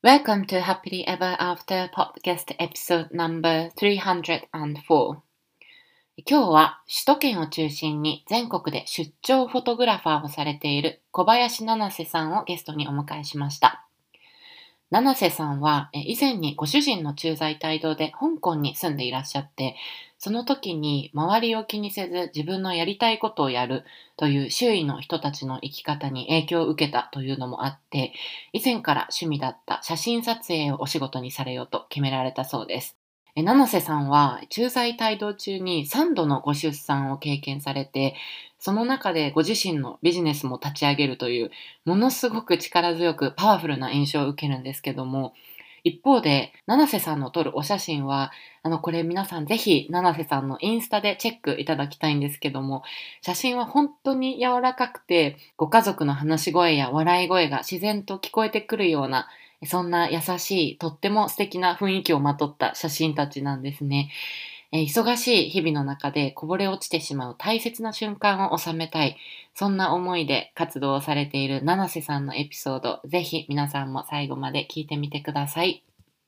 Welcome to Happily Ever After Podcast Episode No.304。今日は首都圏を中心に全国で出張フォトグラファーをされている小林七瀬さんをゲストにお迎えしました。七瀬さんは以前にご主人の駐在帯同で香港に住んでいらっしゃって、その時に周りを気にせず自分のやりたいことをやるという周囲の人たちの生き方に影響を受けたというのもあって、以前から趣味だった写真撮影をお仕事にされようと決められたそうです。七瀬さんは駐在帯同中に3度のご出産を経験されて、その中でご自身のビジネスも立ち上げるというものすごく力強くパワフルな印象を受けるんですけども、一方で七瀬さんの撮るお写真はこれ皆さんぜひ七瀬さんのインスタでチェックいただきたいんですけども、写真は本当に柔らかくて、ご家族の話し声や笑い声が自然と聞こえてくるような、そんな優しいとっても素敵な雰囲気をまとった写真たちなんですね。忙しい日々の中でこぼれ落ちてしまう大切な瞬間を収めたい、そんな思いで活動をされている七瀬さんのエピソード、ぜひ皆さんも最後まで聞いてみてください。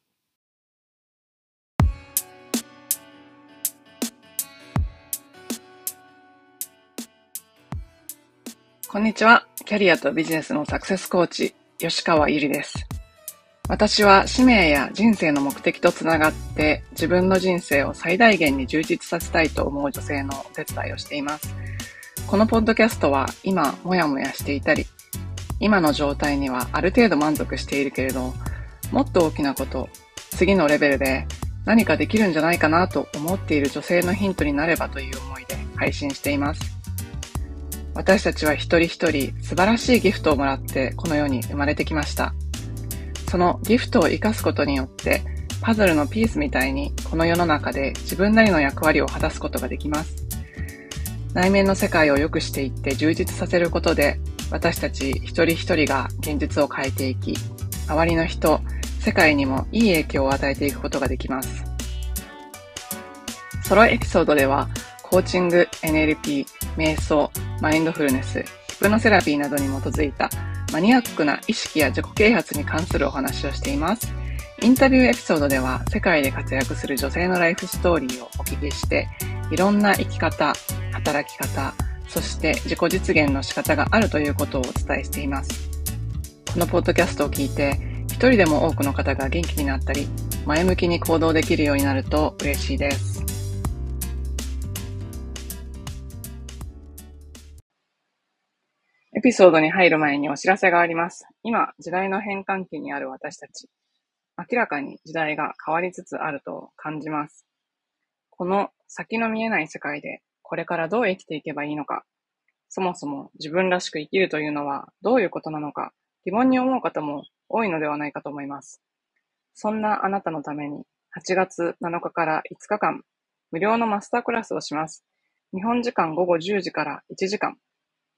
こんにちは。キャリアとビジネスのサクセスコーチ、吉川ゆりです。私は使命や人生の目的とつながって自分の人生を最大限に充実させたいと思う女性のお手伝いをしています。このポッドキャストは今もやもやしていたり、今の状態にはある程度満足しているけれど、もっと大きなこと、次のレベルで何かできるんじゃないかなと思っている女性のヒントになればという思いで配信しています。私たちは一人一人素晴らしいギフトをもらってこの世に生まれてきました。そのギフトを生かすことによってパズルのピースみたいにこの世の中で自分なりの役割を果たすことができます。内面の世界を良くしていって充実させることで私たち一人一人が現実を変えていき、周りの人、世界にもいい影響を与えていくことができます。ソロエピソードではコーチング、NLP、瞑想、マインドフルネス、ヒプノセラピーなどに基づいたマニアックな意識や自己啓発に関するお話をしています。インタビューエピソードでは世界で活躍する女性のライフストーリーをお聞きして、いろんな生き方、働き方、そして自己実現の仕方があるということをお伝えしています。このポッドキャストを聞いて、一人でも多くの方が元気になったり、前向きに行動できるようになると嬉しいです。エピソードに入る前にお知らせがあります。今、時代の変換期にある私たち。明らかに時代が変わりつつあると感じます。この先の見えない世界でこれからどう生きていけばいいのか、そもそも自分らしく生きるというのはどういうことなのか、疑問に思う方も多いのではないかと思います。そんなあなたのために8月7日から5日間、無料のマスタークラスをします。日本時間午後10時から1時間。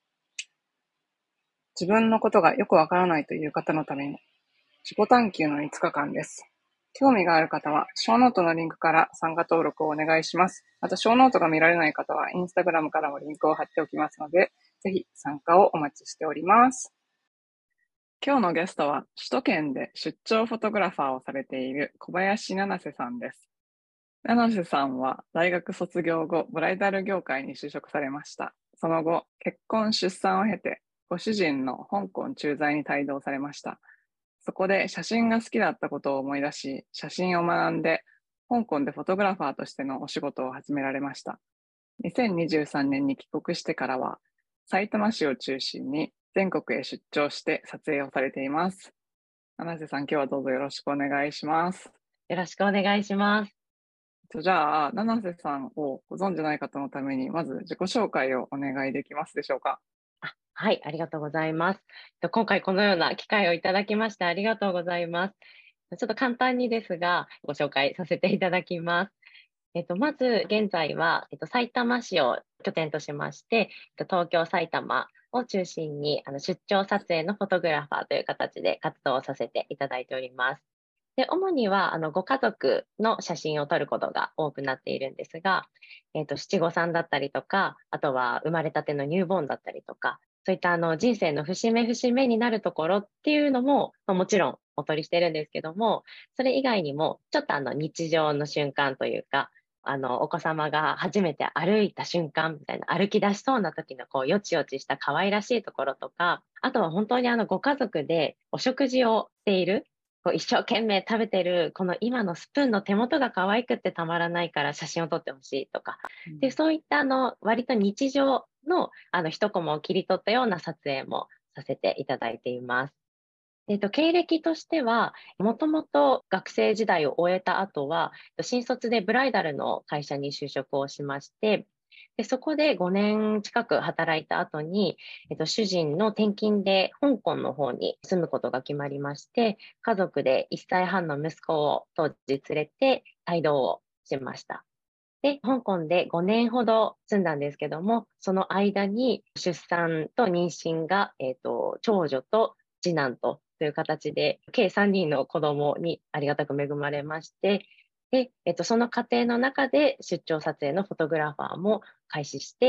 自分のことがよくわからないという方のために、自己探求の5日間です。興味がある方は、ショーノートのリンクから参加登録をお願いします。また、ショーノートが見られない方は、インスタグラムからもリンクを貼っておきますので、ぜひ参加をお待ちしております。今日のゲストは、首都圏で出張フォトグラファーをされている小林七瀬さんです。七瀬さんは大学卒業後、ブライダル業界に就職されました。その後、結婚・出産を経て、ご主人の香港駐在に帯同されました。そこで写真が好きだったことを思い出し、写真を学んで、香港でフォトグラファーとしてのお仕事を始められました。2023年に帰国してからは、さいたま市を中心に全国へ出張して撮影をされています。七瀬さん、今日はどうぞよろしくお願いします。 よろしくお願いします。 じゃあ、七瀬さんをご存じない方のために、まず自己紹介をお願いできますでしょうか。 はい、ありがとうございます。今回このような機会をいただきましてありがとうございます。ちょっと簡単にですが、ご紹介させていただきます。まず、現在は、さいたま市を拠点としまして、東京、埼玉を中心に、出張撮影のフォトグラファーという形で活動をさせていただいております。で、主には、ご家族の写真を撮ることが多くなっているんですが、七五三だったりとか、あとは生まれたてのニューボーンだったりとか、そういった人生の節目節目になるところっていうのも、もちろんお撮りしてるんですけども、それ以外にも、ちょっと日常の瞬間というか、お子様が初めて歩いた瞬間みたいな、歩き出しそうな時のこう、よちよちした可愛らしいところとか、あとは本当にご家族でお食事をしている、こう一生懸命食べてる、この今のスプーンの手元が可愛くってたまらないから写真を撮ってほしいとか、で、そういった割と日常の一コマを切り取ったような撮影もさせていただいています。経歴としては、もともと学生時代を終えた後は、新卒でブライダルの会社に就職をしまして、でそこで5年近く働いた後に、主人の転勤で香港の方に住むことが決まりまして、家族で1歳半の息子を当時連れて帯同をしました。で、香港で5年ほど住んだんですけども、その間に出産と妊娠が、長女と次男という形で、計3人の子供にありがたく恵まれまして、で、その過程の中で出張撮影のフォトグラファーも開始して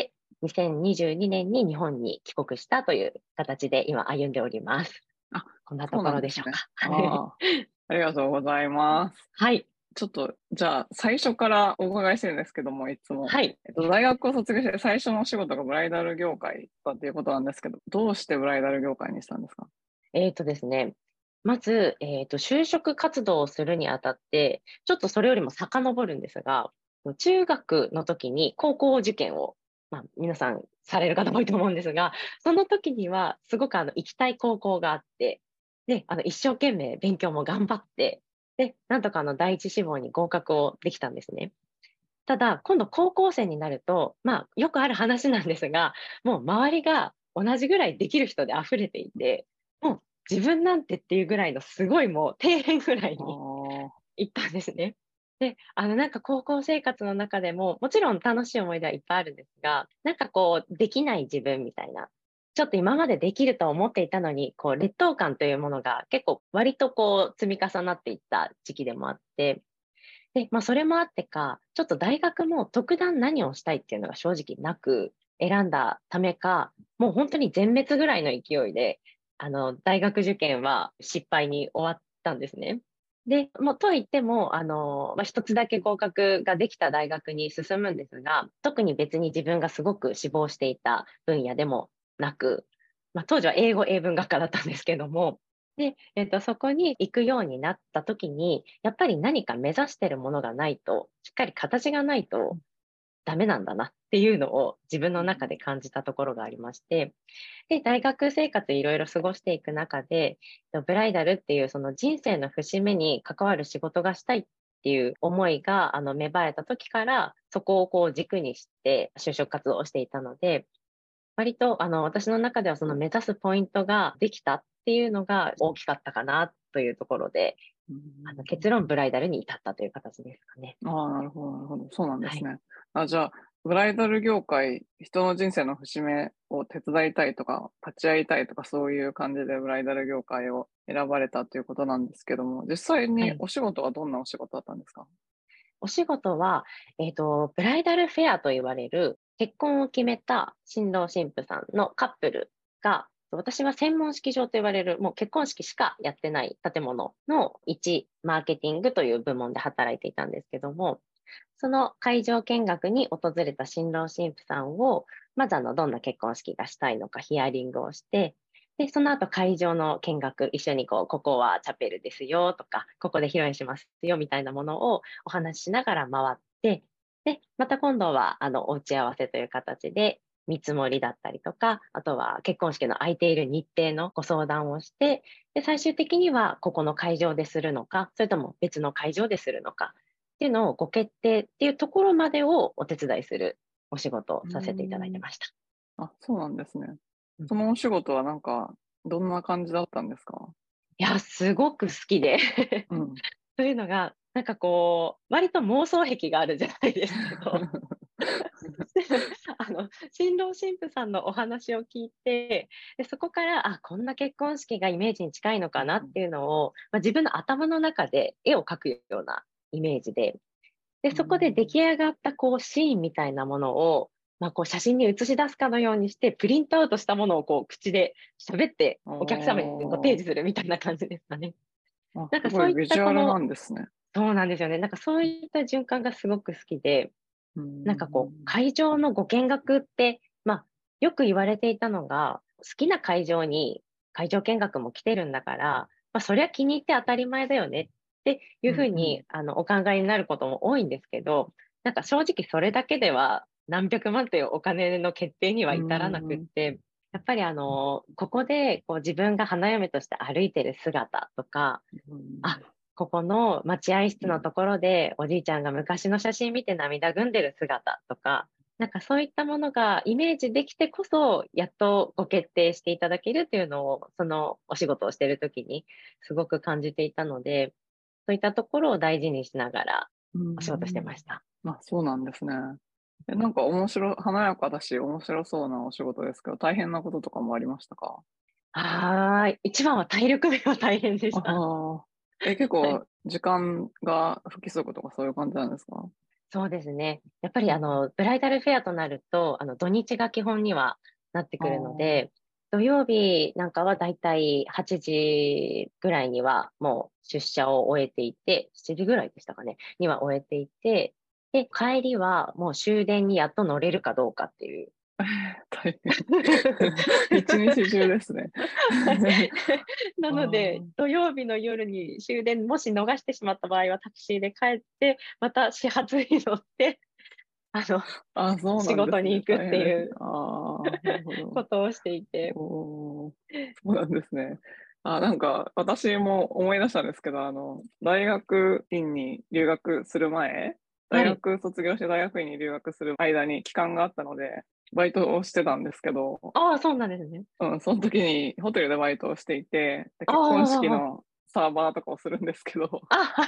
、2022年に日本に帰国したという形で今歩んでおります。 あ、 こんなとそうこなんですね。 ろでしょうか。 ありがとうございます。 はい。 ちょっと、じゃあ、最初からお伺いしてるんですけども、いつも。 はい。 大学を卒業して最初のお仕事がブライダル業界だっていうことなんですけど、どうしてブライダル業界にしたんですか？ ですね。まず、就職活動をするにあたって、ちょっとそれよりも遡るんですが、中学の時に高校受験を、皆さんされる方も多いと思うんですが、その時にはすごく行きたい高校があって、で、一生懸命勉強も頑張って、で、なんとか第一志望に合格をできたんですね。ただ、今度高校生になると、よくある話なんですが、もう周りが同じぐらいできる人で溢れていて、もう自分なんてっていうぐらいのすごいもう底辺ぐらいあにー行ったんですね。で、なんか高校生活の中でも、もちろん楽しい思い出はいっぱいあるんですが、なんかこう、できない自分みたいな、ちょっと今までできると思っていたのに、こう、劣等感というものが結構割とこう、積み重なっていった時期でもあって、で、それもあってか、ちょっと大学も特段何をしたいっていうのが正直なく選んだためか、もう本当に全滅ぐらいの勢いで、大学受験は失敗に終わったんですね。で、もうと言っても、一つだけ合格ができた大学に進むんですが、特に別に自分がすごく志望していた分野でもなく、当時は英語英文学科だったんですけども、で、そこに行くようになった時に、やっぱり何か目指してるものがないと、しっかり形がないとダメなんだなっていうのを自分の中で感じたところがありまして、で、大学生活いろいろ過ごしていく中で、ブライダルっていうその人生の節目に関わる仕事がしたいっていう思いが芽生えた時から、そこをこう軸にして就職活動をしていたので、割と、私の中ではその目指すポイントができたっていうのが大きかったかなというところで、結論ブライダルに至ったという形ですかね。 ああ、なるほど、なるほど。そうなんではい。 すね。じゃあ、ブライダル業界、人の人生の節目を手伝いたいとか、立ち会いたいとか、そういう感じでブライダル業界を選ばれたということなんですけども、実際はい。 にお仕事はどんなお仕事だったんですか？ お仕事は、ブライダルフェアと言われる結婚を決めた新郎新婦さんのカップルが、私は専門式場と言われる、もう結婚式しかやってない建物の一マーケティングという部門で働いていたんですけども、その会場見学に訪れた新郎新婦さんを、まずどんな結婚式がしたいのかヒアリングをして、で、その後会場の見学、一緒にここはチャペルですよとか、ここで披露宴しますよみたいなものをお話ししながら回って、で、また今度は、お打ち合わせという形で、見積もりだったりとか、あとは結婚式の空いている日程のご相談をして、で、最終的にはここの会場でするのか、それとも別の会場でするのか、っていうのをご決定っていうところまでをお手伝いするお仕事をうーさせていただいてん。 ました。 あ、そうなんですね。 うん、 そのお仕事はなんか、どんな感じだったんですか？ いや、すごく好きでうん。 というのが、なんかこう、割と妄想癖があるじゃないですけど、新郎新婦さんのお話を聞いて、でそこから、あ、こんな結婚式がイメージに近いのかなっていうのを、自分の頭の中で絵を描くようなイメージで、で、 うそこで出ん。 来上がったこうシーンみたいなものを、こう写真に写し出すかのようにして、プリントアウトしたものをこう口で喋ってお客様にこう提おー。 示するみたいな感じですかね。 あ、 なんかすごいそういったビジュアルなこの、 んですね。 そうなんですよね。なんかそういった循環がすごく好きで、 うなんかこう、 ん。 会場のご見学って、よく言われていたのが、好きな会場に会場見学も来てるんだから、そりゃ気に入って当たり前だよねっていうふうに、 うんうん。 お考えになることも多いんですけど、なんか正直それだけでは何百万というお金の決定にはう至らなくっん。 て、やっぱりここでこう自分が花嫁として歩いてる姿とか、 うん。 あ、ここの待合室のところでおじいちゃんが昔の写真見て涙ぐんでる姿とか、なんかそういったものがイメージできてこそ、やっとご決定していただけるっていうのを、そのお仕事をしているときにすごく感じていたので、そういったところを大事にしながらうお仕事してん。 ました。 あ、そうなんですね。なんか華やかだし、面白そうなお仕事ですけど、大変なこととかもありましたか？ 一番は体力面は大変でした。 ああ。結はい。 構、時間が不規則とかそういう感じなんですか？ そうですね。やっぱりうん。 ブライダルフェアとなると、土日が基本にはなってあくるのあ。 で、土曜日なんかはだいたい8時ぐらいにはもう出社を終えていて、7時ぐらいでしたかね、には終えていて、で、帰りはもう終電にやっと乗れるかどうかっていう。 大変。一日中ですね。 はい。なあので、 ー土曜日の夜に終電もし逃してしまった場合はタクシーで帰って、また始発に乗って、あの、 そうな仕んですね。 事に行くっ大変ですね。 ていうなるほど。 ことをしていて。 おー、そうなんですね。なんか、私も思い出したんですけど、大学院に留学する前、大はい。 学卒業して大学院に留学する間に期間があったので、バイトをしてたんですけど、 ああ、そうなんですね。 うん、その時にホテルでバイトをしていて、であ結婚式あ、 のサーバーとかをするんですけど、 はい。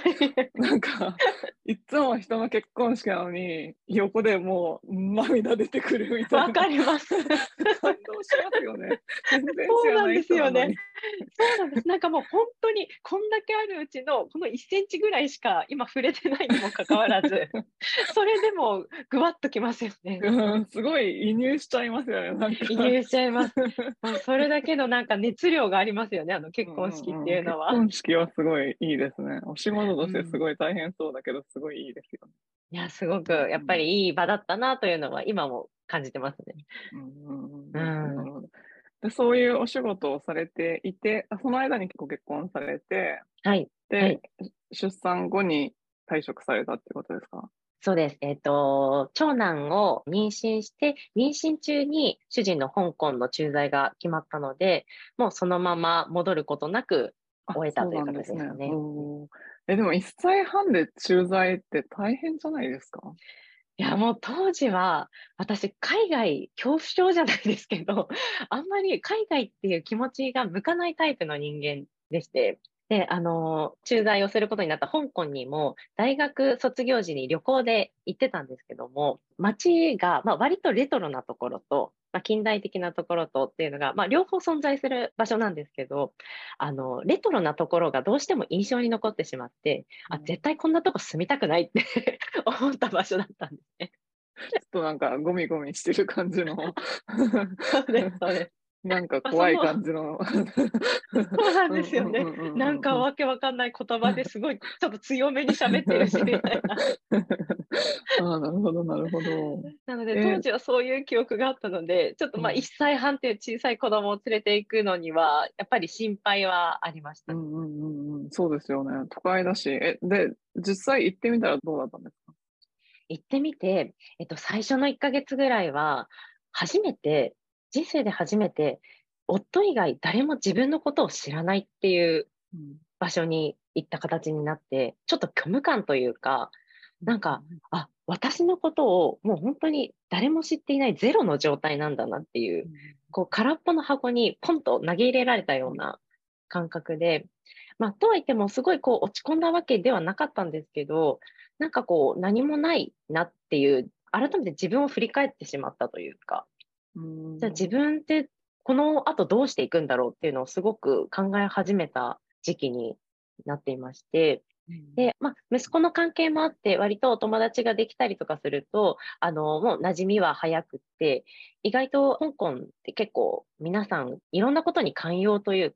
なんか、いつも人の結婚式なのに、横でもう涙出てくるみたいわかな。 ります。 感動しますよね。全然知そうなんらないですよね。 人なのに。 そうなんです。なんかもう本当にこんだけあるうちのこの1センチぐらいしか今触れてないにもかかわらず、それでもぐわっときますよね。 うん、すごい移入しちゃいますよね、なんか。 移入しちゃいます。もうそれだけのなんか熱量がありますよね、結うん婚式ってうんうん。 いうのは。 結婚式はすごいいいですね。お仕事としてすうん。 ごい大変そうだけど、すごいいいですよね。 いや、すごくうんやっぱりいい場だったなというのは今も感じてますね。 うんうんうんううん。なるん。 ほど。で、そういうお仕事をされていて、その間にご結婚されて、 はい。はで、 い。 出産後に退職されたってことですか？ そうです。長男を妊娠して、妊娠中に主人の香港の駐在が決まったので、もうそのまま戻ることなく終えたそうという形なんですね。 でしたね。 おー。でも1歳半で駐在って大変じゃないですか？ いや、もう当時は、私、海外恐怖症じゃないですけど、あんまり海外っていう気持ちが向かないタイプの人間でして、で、駐在をすることになった香港にも、大学卒業時に旅行で行ってたんですけども、街が、割とレトロなところと、近代的なところとっていうのが、両方存在する場所なんですけど、レトロなところがどうしても印象に残ってしまって、絶対こんなとこ住みたくないって思った場所だったんですね。 ちょっとなんかゴミゴミしてる感じのそうです、そうです。 なんかそ怖い感の、 じのそうなんうんうんうですよね。 んなんかうんうん。 わけわかんない言葉ですごい、ちょっと強めに喋ってるし、みたいな。 なるほど、なるほど。 なので、 え当時はそういう記憶があったので、ちょっと1 うん、 歳半っていう小さい子供を連れて行くのには、やっぱり心配はありましたね。 うんうんうんうん、そうですよね。都会だし。で、実際行ってみたらどうだったんですか？ 行ってみて、最初の1ヶ月ぐらいは、初めて、人生で初めて、夫以外誰も自分のことを知らないっていううん。 場所に行った形になって、ちょっと虚無感というか、なんか、私のことをもう本当に誰も知っていないゼロの状態なんだなっていう、こう空っぽの箱にポンと投げ入れられたような感覚で、とはいってもすごいこう落ち込んだわけではなかったんですけど、なんかこう何もないなっていう、改めて自分を振り返ってしまったというか、 うじゃあ自ん。 分ってこの後どうしていくんだろうっていうのをすごく考え始めた時期になっていまして、 うん。 で、息子の関係もあって、割とお友達ができたりとかすると、もう馴染みは早くって、意外と香港って結構皆さんいろんなことに寛容というか、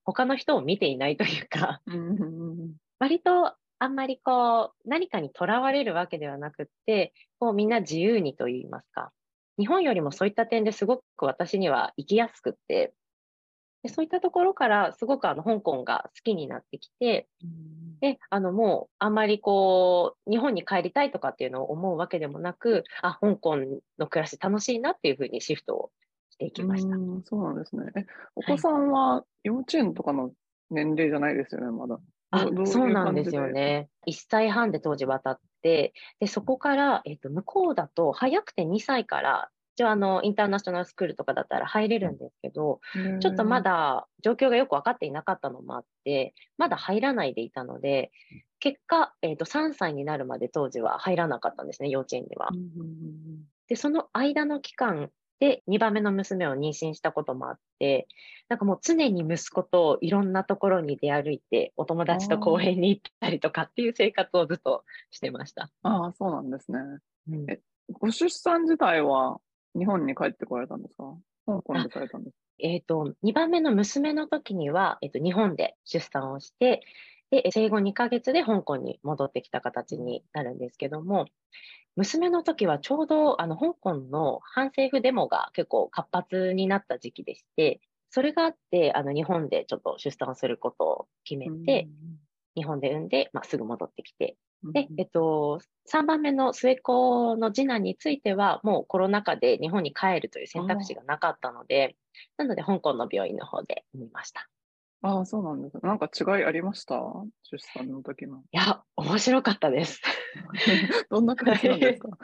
他の人を見ていないというか、 うん割とあんまりこう、何かにとらわれるわけではなくって、こうみんな自由にと言いますか。日本よりもそういった点ですごく私には生きやすくって、でそういったところからすごく香港が好きになってきて、で、もうあんまりこう、日本に帰りたいとかっていうのを思うわけでもなく、あ、香港の暮らし楽しいなっていうふうにシフトをしていきました。 そうなんですね。おはい。 子さんは幼稚園とかの年齢じゃないですよね、まだ。 あ、 どういうそうなんです感じで。 よね。1歳半で当時渡って、で、そこから、向こうだと早くて2歳から、一応インターナショナルスクールとかだったら入れるんですけど、ちょっとまだ状況がよくわかっていなかったのもあって、まだ入らないでいたので、結果、3歳になるまで当時は入らなかったんですね、幼稚園には。で、その間の期間で2番目の娘を妊娠したこともあって、なんかもう常に息子といろんなところに出歩いて、お友達と公園に行ったりとかっていう生活をずっとしてました。 ああ、そうなんですね。 うん。 ご出産自体は日本に帰ってこられたんですか？香港あ、 でされたんですか？ 2番目の娘の時には、日本で出産をして、で、生後2ヶ月で香港に戻ってきた形になるんですけども、娘の時はちょうど香港の反政府デモが結構活発になった時期でして、それがあって、日本でちょっと出産することを決めて、日本で産んで、まあ、すぐ戻ってきて、で、3番目の末っ子の次男については、もうコロナ禍で日本に帰るという選択肢がなかったので、なので香港の病院の方で産みました。 ああ、そうなんです。なんか違いありました？出産の時の。 いや、面白かったです。 どんな感じなんですか？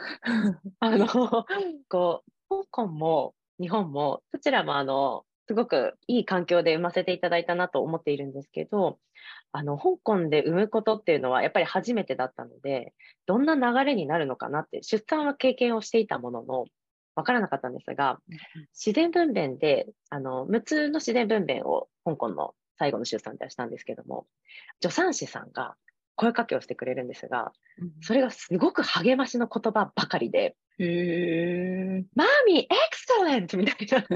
香港も日本も、どちらもすごくいい環境で産ませていただいたなと思っているんですけど、香港で産むことっていうのはやっぱり初めてだったので、どんな流れになるのかなって、出産は経験をしていたものの、わからなかったんですが、自然分娩で、無痛の自然分娩を香港の最後の出産ではしたんですけども、助産師さんが声かけをしてくれるんですが、それがすごく励ましの言葉ばかりで、 へえ。 マミー、エクセレントみたいな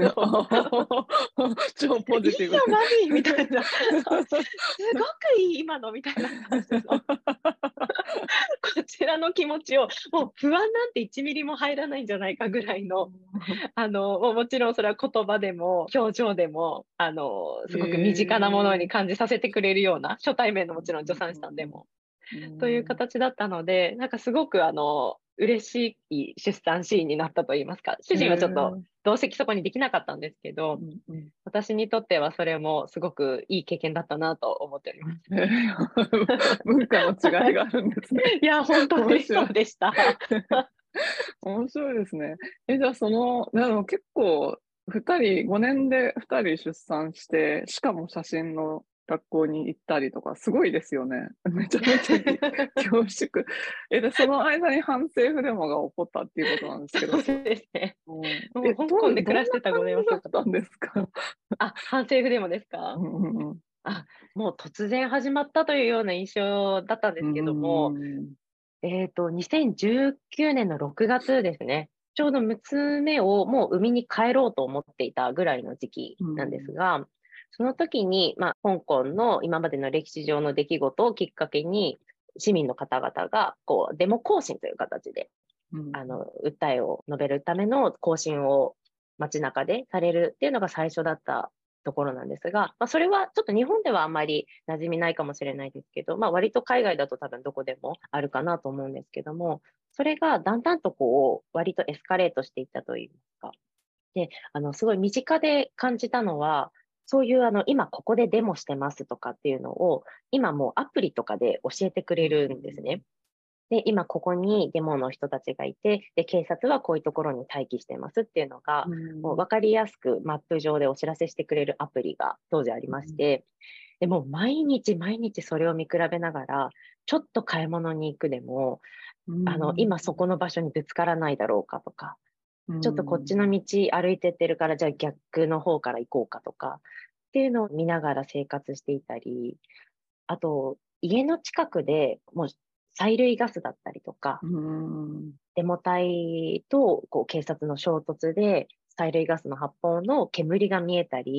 超ポいいよ、 ジティブ。 マミーみたいな。すごくいい、今のみたいな感じの。こちらの気持ちを、もう不安なんて1ミリも入らないんじゃないかぐらいの、もちろんそれは言葉でも、表情でも、すごく身近なものに感じさせてくれるような、初対面のもちろん助産師さんでも、という形だったので、なんかすごく嬉しい出産シーンになったと言いますか、主人はちょっと同席そこにできなかったんですけど、私にとってはそれもすごくいい経験だったなと思っております。 文化の違いがあるんですね。 いや、本当にそうでした。 面白いですね。じゃあでも結構、5年で二人出産して、しかも写真の学校に行ったりとか、すごいですよね。めちゃめちゃ恐縮。で、その間に反政府デモが起こったっていうことなんですけど、 そうですね。もう香港当時どんなで暮らしてた5年はすごかった。 感じだったんですか？ あ、反政府デモですか？あ、もう突然始まったというような印象だったんですけども、2019年の6月ですね。ちょうど娘をもう産みに帰ろうと思っていたぐらいの時期なんですが、その時に、まあ、香港の今までの歴史上の出来事をきっかけに、市民の方々が、こう、デモ行進という形で、訴えを述べるための行進を街中でされるっていうのが最初だったところなんですが、まあ、それはちょっと日本ではあんまり馴染みないかもしれないですけど、まあ、割と海外だと多分どこでもあるかなと思うんですけども、それがだんだんとこう、割とエスカレートしていったといいますか。で、すごい身近で感じたのは、そういう今ここでデモしてますとかっていうのを、今もうアプリとかで教えてくれるんですね。で、今ここにデモの人たちがいて、で、警察はこういうところに待機してますっていうのが、もう分かりやすくマップ上でお知らせしてくれるアプリが当時ありまして、でもう毎日毎日それを見比べながら、ちょっと買い物に行くでも、今そこの場所にぶつからないだろうかとか、ちょっとこっちの道歩いてってるから、じゃあ逆の方から行こうかとか、っていうのを見ながら生活していたり、あと、家の近くでもう催涙ガスだったりとか、デモ隊とこう警察の衝突で催涙ガスの発砲の煙が見えたり、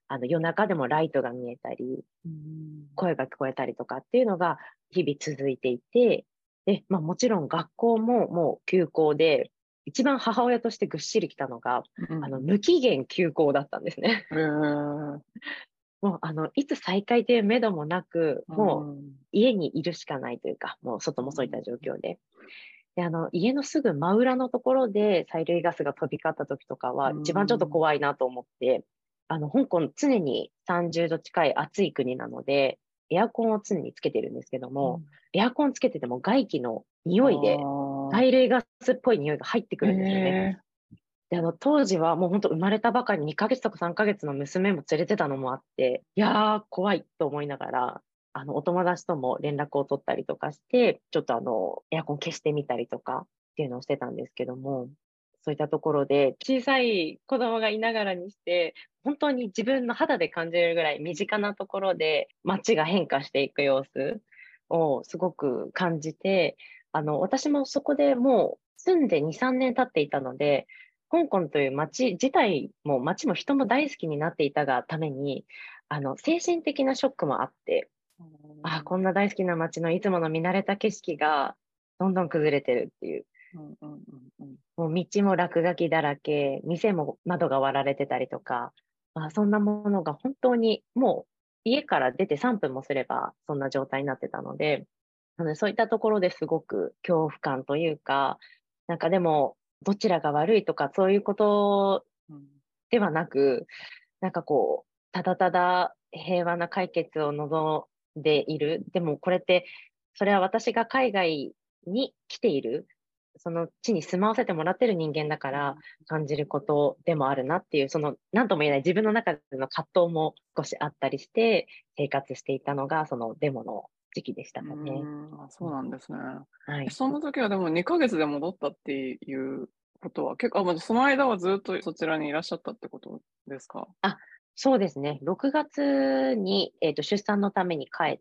夜中でもライトが見えたり、声が聞こえたりとかっていうのが日々続いていて、で、もちろん学校ももう休校で、一番母親としてぐっしりきたのが、無期限休校だったんですね。もう、いつ再開という目処もなく、もう家にいるしかないというか、もう外もそういった状況で。で、家のすぐ真裏のところで催涙ガスが飛び交った時とかは、一番ちょっと怖いなと思って、香港常に30度近い暑い国なので、エアコンを常につけてるんですけども、エアコンつけてても外気の匂いで、催涙ガスっぽい匂いが入ってくるんですよね。で、当時はもう本当生まれたばかり2ヶ月とか3ヶ月の娘も連れてたのもあって、いやー、怖いと思いながら、お友達とも連絡を取ったりとかして、ちょっとエアコン消してみたりとかっていうのをしてたんですけども、そういったところで小さい子供がいながらにして、本当に自分の肌で感じるぐらい身近なところで街が変化していく様子をすごく感じて、私もそこでもう住んで2、3年経っていたので、香港という街自体も街も人も大好きになっていたがために、精神的なショックもあって、こんな大好きな街のいつもの見慣れた景色がどんどん崩れてるっていう。もう道も落書きだらけ、店も窓が割られてたりとか、そんなものが本当にもう家から出て3分もすればそんな状態になってたので、そういったところですごく恐怖感というか、なんかでもどちらが悪いとかそういうことではなく、なんかこう、ただただ平和な解決を望んでいる。でもこれって、それは私が海外に来ている、その地に住まわせてもらってる人間だから感じることでもあるなっていう、なんとも言えない自分の中での葛藤も少しあったりして、生活していたのが、そのデモの時期でしたかね。 そうなんですね。 はい。 その時はでも2ヶ月で戻ったっていうことは、結構、その間はずっとそちらにいらっしゃったってことですか？ そうですね。6月に、出産のために帰って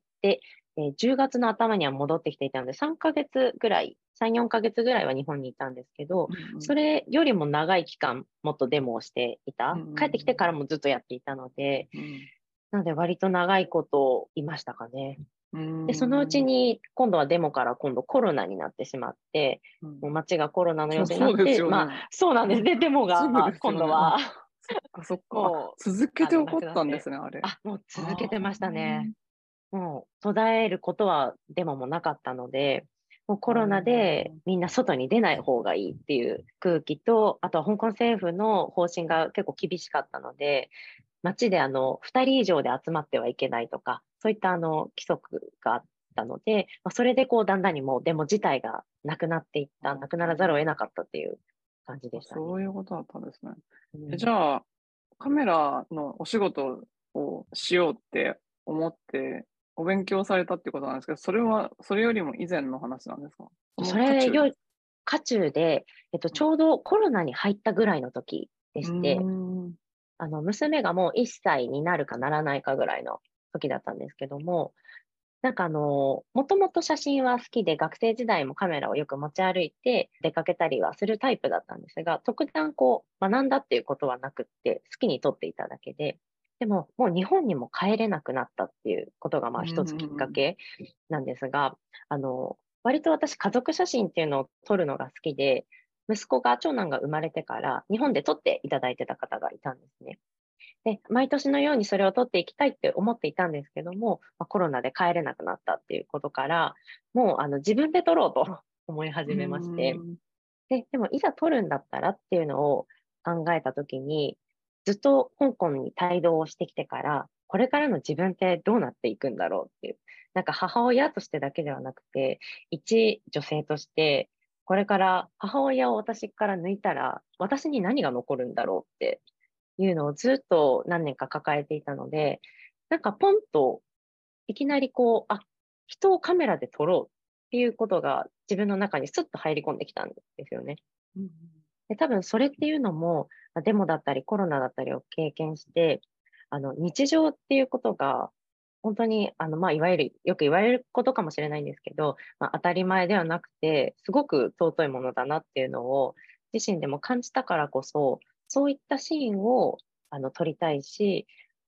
、10月の頭には戻ってきていたので、3ヶ月ぐらい、3、4ヶ月ぐらいは日本にいたんですけど、それよりも長い期間、もっとデモをしていた。帰ってきてからもずっとやっていたので、なので割と長いこといましたかね。で、そのうちに、今度はデモから今度コロナになってしまって、もう街がコロナの様子になそうですって、 よね。 そうなんですね。デモすぐがですよね。 今度は、 そっかそっか。 もう、 続けて起こなくなって。 ったんですね、あれ。 もう続けてましたね。もう途絶えることはデモもなかったので、もうコロナでみんな外に出ない方がいいっていう空気と、あとは香港政府の方針が結構厳しかったので、街で2人以上で集まってはいけないとか、そういった規則があったので、それでこうだんだんにもうデモ自体がなくなっていった、なくならざるを得なかったっていう感じでしたね。 そういうことだったんですね。じゃあ、カメラのお仕事をしようって思ってお勉強されたってことなんですけど、それよりも以前の話なんですか？ それより、渦中で、ちょうどコロナに入ったぐらいの時でして、娘がもう1歳になるかならないかぐらいの時だったんですけども、なんかもともと写真は好きで、学生時代もカメラをよく持ち歩いて出かけたりはするタイプだったんですが、特段こう学んだっていうことはなくって、好きに撮っていただけで、でももう日本にも帰れなくなったっていうことが一つきっかけなんですが、割と私家族写真っていうのを撮るのが好きで、長男が生まれてから日本で撮っていただいてた方がいたんですね。で、毎年のようにそれを取っていきたいって思っていたんですけども、コロナで帰れなくなったっていうことから、もう自分で取ろうと思い始めまして、でもいざ取るんだったらっていうのを考えたときに、ずっと香港に帯同をしてきてから、これからの自分ってどうなっていくんだろうっていう、なんか母親としてだけではなくて、一女性として、これから母親を私から抜いたら、私に何が残るんだろうっていうのをずっと何年か抱えていたので、なんかポンといきなりこう、人をカメラで撮ろうっていうことが自分の中にスッと入り込んできたんですよね。で、多分それっていうのも、デモだったりコロナだったりを経験して、日常っていうことが、本当に、いわゆる、よく言われることかもしれないんですけど、当たり前ではなくて、すごく尊いものだなっていうのを、自身でも感じたからこそ、そういったシーンを、撮りたいし、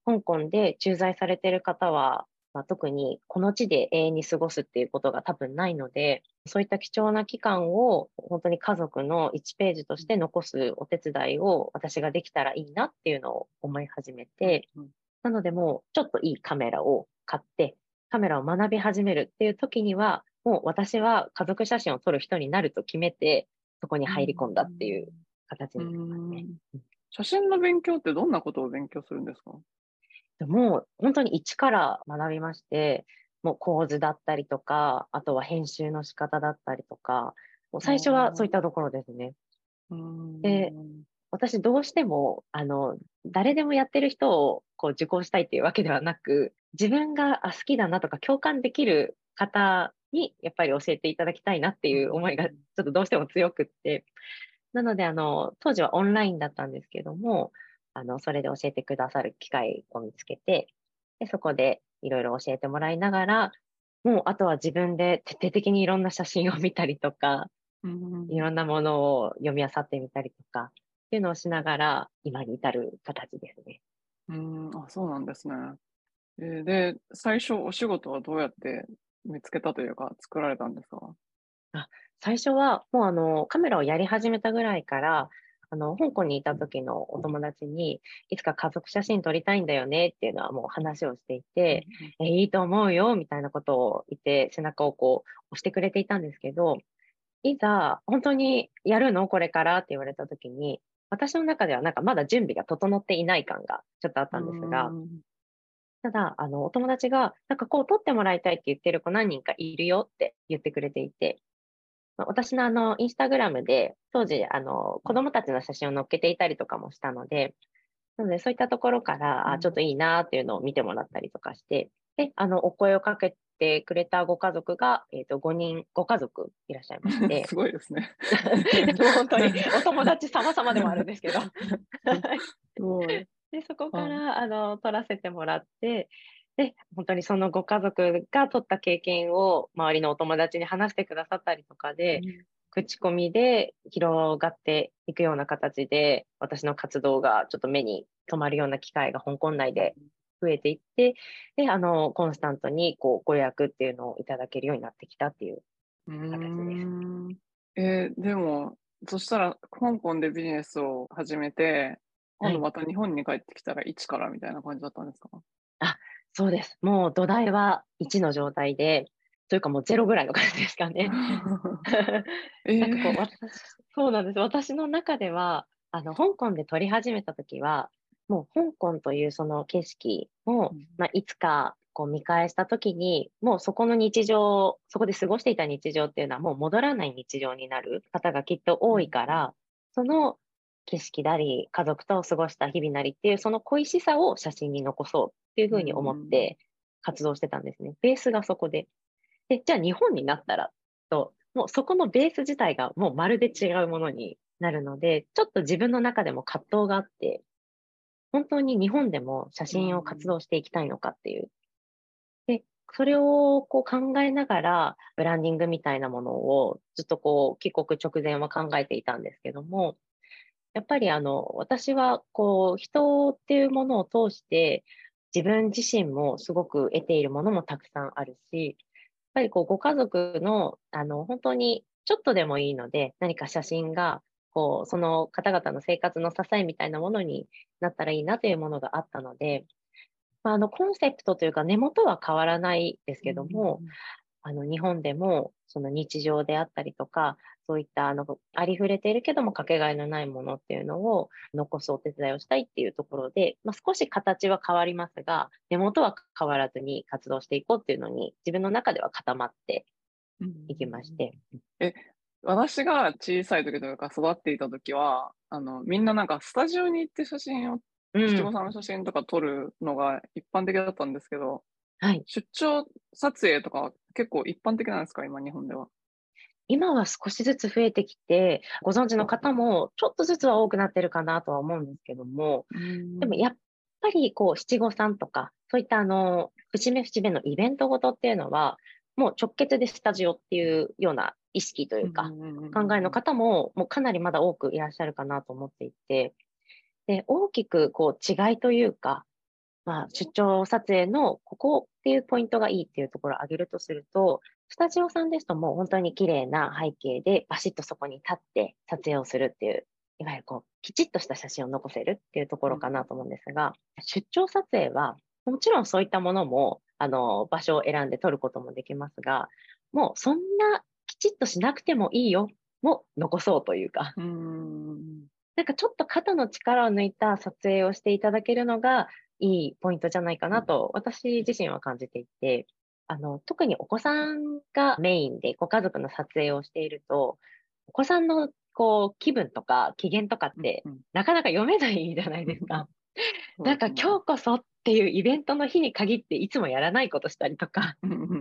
香港で駐在されている方は、特にこの地で永遠に過ごすっていうことが多分ないので、そういった貴重な期間を本当に家族の1ページとして残すお手伝いを私ができたらいいなっていうのを思い始めて、なのでもうちょっといいカメラを買って、カメラを学び始めるっていう時には、もう私は家族写真を撮る人になると決めて、そこに入り込んだっていう形になりますね。 写真の勉強ってどんなことを勉強するんですか？ もう本当に一から学びまして、もう構図だったりとか、あとは編集の仕方だったりとか、もう最初はそういったところですね。で、私どうしても、誰でもやってる人をこう受講したいっていうわけではなく、自分が好きだなとか共感できる方にやっぱり教えていただきたいなっていう思いがちょっとどうしても強くって、なので当時はオンラインだったんですけども、それで教えてくださる機会を見つけて、で、そこでいろいろ教えてもらいながら、もうあとは自分で徹底的にいろんな写真を見たりとか、いろんなものを読み漁ってみたりとか、っていうのをしながら、今に至る形ですね。 そうなんですね。で、最初お仕事はどうやって見つけたというか、作られたんですか？ 最初はもうカメラをやり始めたぐらいから、香港にいた時のお友達に、いつか家族写真撮りたいんだよねっていうのはもう話をしていて、いいと思うよみたいなことを言って背中をこう押してくれていたんですけど、いざ本当にやるのこれからって言われた時に、私の中ではなんかまだ準備が整っていない感がちょっとあったんですが、ただ、お友達が、なんかこう撮ってもらいたいって言ってる子何人かいるよって言ってくれていて、私のインスタグラムで、当時、子供たちの写真を載っけていたりとかもしたので、なので、そういったところから、ちょっといいなっていうのを見てもらったりとかして、で、お声をかけてくれたご家族が、5人、ご家族いらっしゃいまして、 すごいですね。 もう本当にお友達様々でもあるんですけど。 すごい。 で、そこから、撮らせてもらって、で、本当にそのご家族が撮った経験を周りのお友達に話してくださったりとかで、口コミで広がっていくような形で、私の活動がちょっと目に留まるような機会が香港内で増えていって、で、コンスタントにこうご予約っていうのをいただけるようになってきたっていう形です。 でも、そしたら香港でビジネスを始めて、今度また日本に帰ってきたら一からみたいな感じだったんですか？ そうです。もう土台は1の状態で、というかもう0ぐらいの感じですかね。なんかこう、そうなんです。私の中では、香港で撮り始めた時は、もう香港というその景色を、いつかこう見返した時に、もうそこの日常、そこで過ごしていた日常っていうのはもう戻らない日常になる方がきっと多いから、その景色なり、家族と過ごした日々なりっていう、その恋しさを写真に残そうっていうふうに思って活動してたんですね。ベースがそこで。で、じゃあ日本になったらと、もうそこのベース自体がもうまるで違うものになるので、ちょっと自分の中でも葛藤があって、本当に日本でも写真を活動していきたいのかっていう。で、それをこう考えながら、ブランディングみたいなものをずっとこう帰国直前は考えていたんですけども、やっぱり私はこう人っていうものを通して自分自身もすごく得ているものもたくさんあるし、やっぱりこうご家族の本当にちょっとでもいいので、何か写真がこうその方々の生活の支えみたいなものになったらいいなというものがあったので、コンセプトというか根元は変わらないですけども、日本でも、その日常であったりとか、そういったありふれているけどもかけがえのないものっていうのを残すお手伝いをしたいっていうところで、少し形は変わりますが、根元は変わらずに活動していこうっていうのに、自分の中では固まっていきまして。 私が小さい時というか育っていた時は、みんななんかスタジオに行って写真を、七五三の写真とか撮るのが一般的だったんですけど、 はい。 出張撮影とか結構一般的なんですか？今日本では。 今は少しずつ増えてきて、ご存知の方もちょっとずつは多くなってるかなとは思うんですけども、でもやっぱりこう七五三とか、そういった節目節目のイベントごとっていうのは、もう直結でスタジオっていうような意識というか、考えの方ももうかなりまだ多くいらっしゃるかなと思っていて、で、大きくこう違いというか、 出張撮影のここっていうポイントがいいっていうところを挙げるとすると、スタジオさんですともう本当に綺麗な背景でバシッとそこに立って撮影をするっていう、いわゆるきちっとした写真を残せるっていうところかなと思うんですが、出張撮影はもちろんそういったものも、場所を選んで撮ることもできますが、もうそんなきちっとしなくてもいいよも残そうというか、 うーん。 なんかちょっと肩の力を抜いた撮影をしていただけるのがいいポイントじゃないかなと、私自身は感じていて、特にお子さんがメインでご家族の撮影をしていると、お子さんの気分とか機嫌とかってうん。 なかなか読めないじゃないですか。なんかそうですね。 今日こそっていうイベントの日に限っていつもやらないことしたりとか、 うんうんうんうん。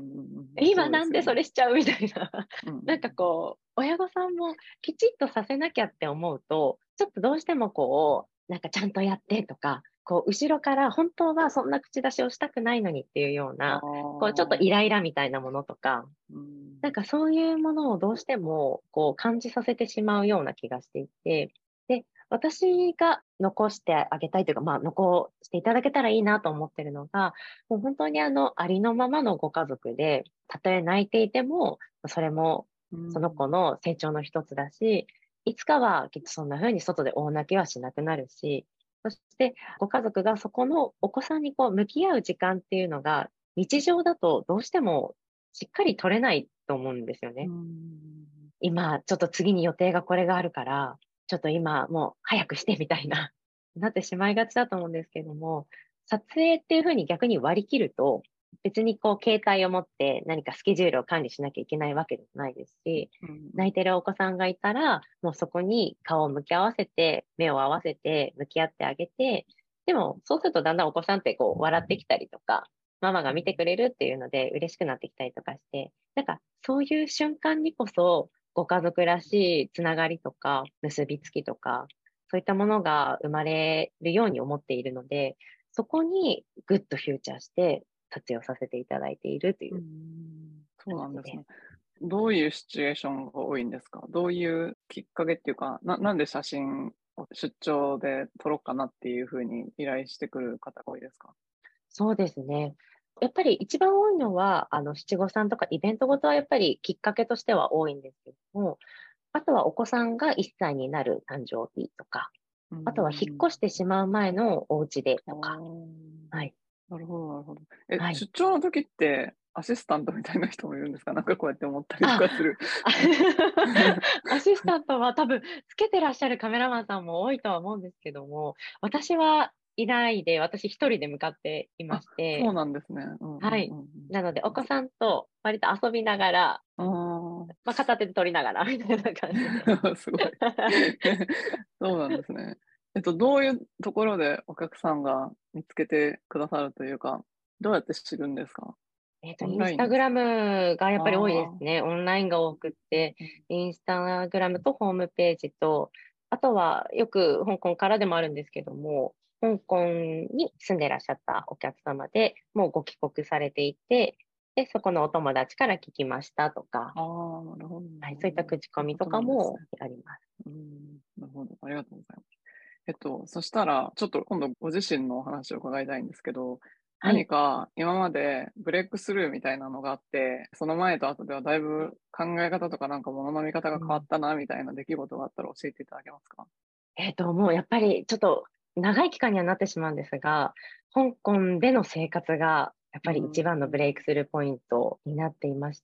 今なんでそうですよね。 それしちゃうみたいな。 うんうんなんか親御さんもきちっとさせなきゃって思うと、ちょっとどうしてもなんかちゃんとやってとか、後ろから本当はそんな口出しをしたくないのにっていうようあな、ちょっとイあ。 ライラみたいなものとか、 うん。 なんかそういうものをどうしても感じさせてしまうような気がしていて、で、私が残してあげたいというか、残していただけたらいいなと思ってるのが、もう本当にありのままのご家族で、たとえ泣いていても、それもうん。 その子の成長の一つだし、いつかはきっとそんな風に外で大泣きはしなくなるし、そしてご家族がそこのお子さんに向き合う時間っていうのが、日常だとどうしてもしっかり取れないと思うんですようね。 ん。 今、ちょっと次に予定がこれがあるから、ちょっと今もう早くしてみたいな、なってしまいがちだと思うんですけども、撮影っていう風に逆に割り切ると、別に携帯を持って何かスケジュールを管理しなきゃいけないわけでもないですし、 うん。 泣いてるお子さんがいたら、もうそこに顔を向き合わせて、目を合わせて向き合ってあげて、でもそうするとだんだんお子さんって笑ってきたりとか、ママが見てくれるっていうので嬉しくなってきたりとかして、なんかそういう瞬間にこそご家族らしいつながりとか結びつきとか、そういったものが生まれるように思っているので、そこにぐっとフューチャーして活用させていただいているといううん。そうなんですね。 形です。 どういうシチュエーションが多いんですか？どういうきっかけっていうか、なんで写真を出張で撮ろうかなっていうふうに依頼してくる方が多いですか？ そうですね。やっぱり一番多いのは、七五三とかイベントごとはやっぱりきっかけとしては多いんですけども、あとはお子さんが1歳になる誕生日とか、 うあとは引っん。 越してしまう前のお家であとか、 あ。 はい、 なるほどなるほど。 はい。 出張の時って、アシスタントみたいな人もいるんですか？なんかこうやって思ったりとあ、 かする。 アシスタントは多分つけてらっしゃるカメラマンさんも多いとは思うんですけども、私はいないで、私一人で向かっていまあ、 して、 そうなんですね。うんうんはい。 うんうん。 なので、お子さんと割と遊びながら、 ああ。 片手で撮りながらみたいな感じで。 すごい。そうなんですね。どういうところでお客さんが見つけてくださるというか、どうやって知るんですか？オンインスタグララインですか？ ムがやっぱり多いでああ。 すね。オンラインが多くって、 うんインスタグラムとホームページと、あとはよく香港からでもあるんですけども、香港に住んでらっしゃったお客様で、もうご帰国されていて、で、そこのお友達から聞きましたとか、 ああ、なるほどなはい、 るほど。 そういった口コミとそういうことなんですね。 かもあります。 なるほど。ありがとうございます。そしたら、ちょっと今度ご自身のお話を伺いたいんですけど、 はい。 何か今までブレイクスルーみたいなのがあって、その前と後ではだいぶ考え方とかなんか物の見方が変わうんったな、みたいな出来事があったら教えていただけますか？ もうやっぱりちょっと長い期間にはなってしまうんですが、香港での生活がやっうーぱり一番のブレイクん。 スルーポイントになっていまして、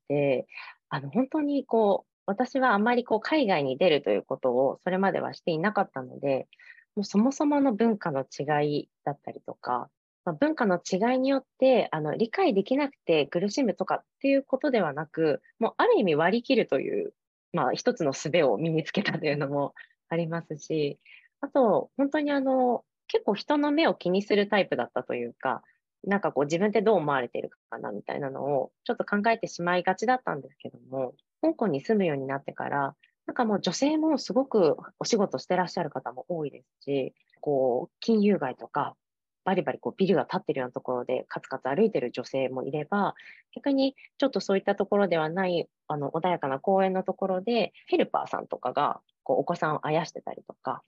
本当に私はあまり海外に出るということをそれまではしていなかったので、もうそもそもの文化の違いだったりとか、文化の違いによって、理解できなくて苦しむとかっていうことではなく、もうある意味割り切るという、一つの術を身につけたというのもありますし、あと、本当に結構人の目を気にするタイプだったというか、なんか自分ってどう思われてるかなみたいなのをちょっと考えてしまいがちだったんですけども、香港に住むようになってから、なんかもう女性もすごくお仕事してらっしゃる方も多いですし、金融街とか、バリバリビルが建ってるようなところでカツカツ歩いてる女性もいれば、逆にちょっとそういったところではない、穏やかな公園のところで、ヘルパーさんとかが、お子さんをあやしてたりとか、